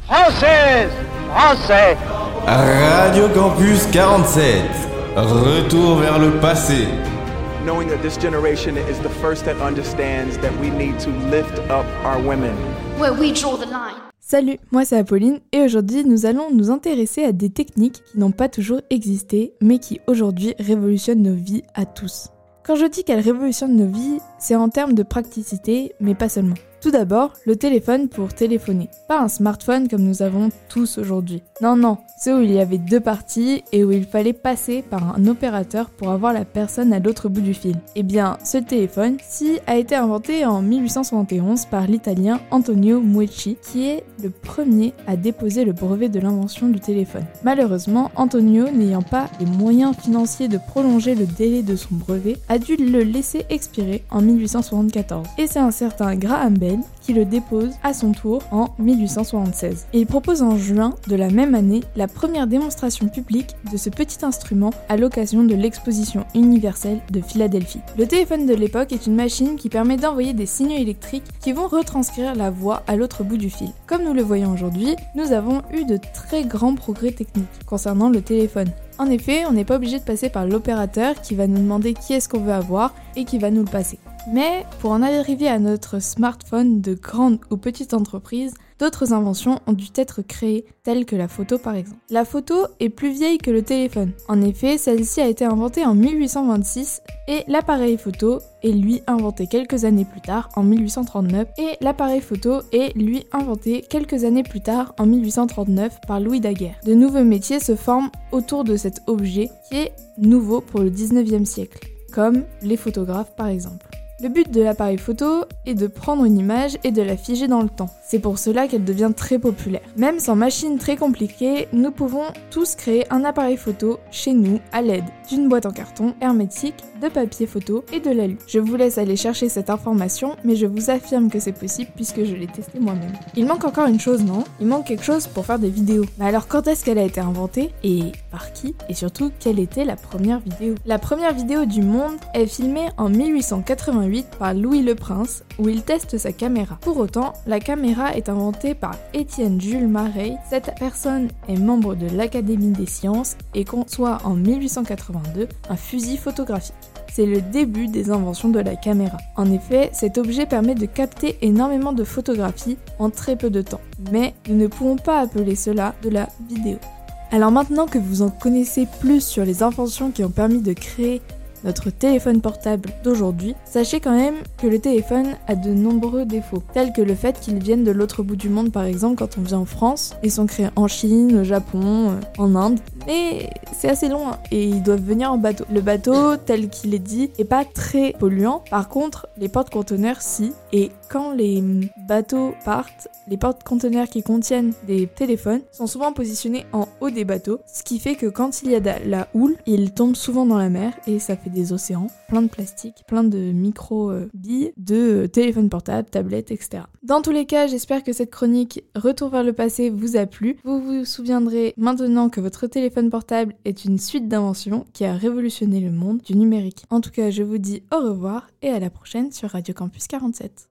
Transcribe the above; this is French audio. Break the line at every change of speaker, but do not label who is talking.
Française, Français.
Radio Campus 47, retour vers le passé.
Knowing that this generation is the first that understands that we need to lift up our women.
Where we draw the line.
Salut, moi c'est Apolline et aujourd'hui nous allons nous intéresser à des techniques qui n'ont pas toujours existé mais qui aujourd'hui révolutionnent nos vies à tous. Quand je dis qu'elles révolutionnent nos vies, c'est en termes de praticité mais pas seulement. Tout d'abord, le téléphone pour téléphoner. Pas un smartphone comme nous avons tous aujourd'hui. Non, ceux où il y avait deux parties et où il fallait passer par un opérateur pour avoir la personne à l'autre bout du fil. Eh bien, ce téléphone-ci a été inventé en 1871 par l'italien Antonio Meucci, qui est le premier à déposer le brevet de l'invention du téléphone. Malheureusement, Antonio, n'ayant pas les moyens financiers de prolonger le délai de son brevet, a dû le laisser expirer en 1874. Et c'est un certain Graham Bell qui le dépose à son tour en 1876. Et il propose en juin de la même année la première démonstration publique de ce petit instrument à l'occasion de l'exposition universelle de Philadelphie. Le téléphone de l'époque est une machine qui permet d'envoyer des signaux électriques qui vont retranscrire la voix à l'autre bout du fil. Comme nous le voyons aujourd'hui, nous avons eu de très grands progrès techniques concernant le téléphone. En effet, on n'est pas obligé de passer par l'opérateur qui va nous demander qui est-ce qu'on veut avoir et qui va nous le passer. Mais pour en arriver à notre smartphone de grande ou petite entreprise, d'autres inventions ont dû être créées, telles que la photo par exemple. La photo est plus vieille que le téléphone. En effet, celle-ci a été inventée en 1826 et l'appareil photo est lui inventé quelques années plus tard, en 1839, et l'appareil photo est lui inventé quelques années plus tard, en 1839, par Louis Daguerre. De nouveaux métiers se forment autour de cet objet qui est nouveau pour le 19e siècle, comme les photographes par exemple. Le but de l'appareil photo est de prendre une image et de la figer dans le temps. C'est pour cela qu'elle devient très populaire. Même sans machine très compliquée, nous pouvons tous créer un appareil photo chez nous à l'aide d'une boîte en carton hermétique, de papier photo et de l'alu. Je vous laisse aller chercher cette information, mais je vous affirme que c'est possible puisque je l'ai testé moi-même. Il manque encore une chose, non ? Il manque quelque chose pour faire des vidéos. Mais alors quand est-ce qu'elle a été inventée ? Et par qui ? Et surtout, quelle était la première vidéo ? La première vidéo du monde est filmée en 1888 par Louis le Prince, où il teste sa caméra. Pour autant, la caméra est inventée par Étienne Jules Marey. Cette personne est membre de l'Académie des sciences et conçoit en 1882 un fusil photographique. C'est le début des inventions de la caméra. En effet, cet objet permet de capter énormément de photographies en très peu de temps. Mais nous ne pouvons pas appeler cela de la vidéo. Alors maintenant que vous en connaissez plus sur les inventions qui ont permis de créer notre téléphone portable d'aujourd'hui, sachez quand même que le téléphone a de nombreux défauts, tels que le fait qu'ils viennent de l'autre bout du monde par exemple quand on vient en France. Ils sont créés en Chine, au Japon, en Inde, mais c'est assez loin et ils doivent venir en bateau. Le bateau, tel qu'il est dit, est pas très polluant. Par contre, les porte-conteneurs, si. Et quand les bateaux partent, les porte-conteneurs qui contiennent des téléphones sont souvent positionnés en haut des bateaux, ce qui fait que quand il y a de la houle, ils tombent souvent dans la mer et ça fait des océans, plein de plastique, plein de micro-billes, de téléphones portables, tablettes, etc. Dans tous les cas, j'espère que cette chronique Retour vers le passé vous a plu. Vous vous souviendrez maintenant que votre téléphone portable est une suite d'inventions qui a révolutionné le monde du numérique. En tout cas, je vous dis au revoir et à la prochaine sur Radio Campus 47.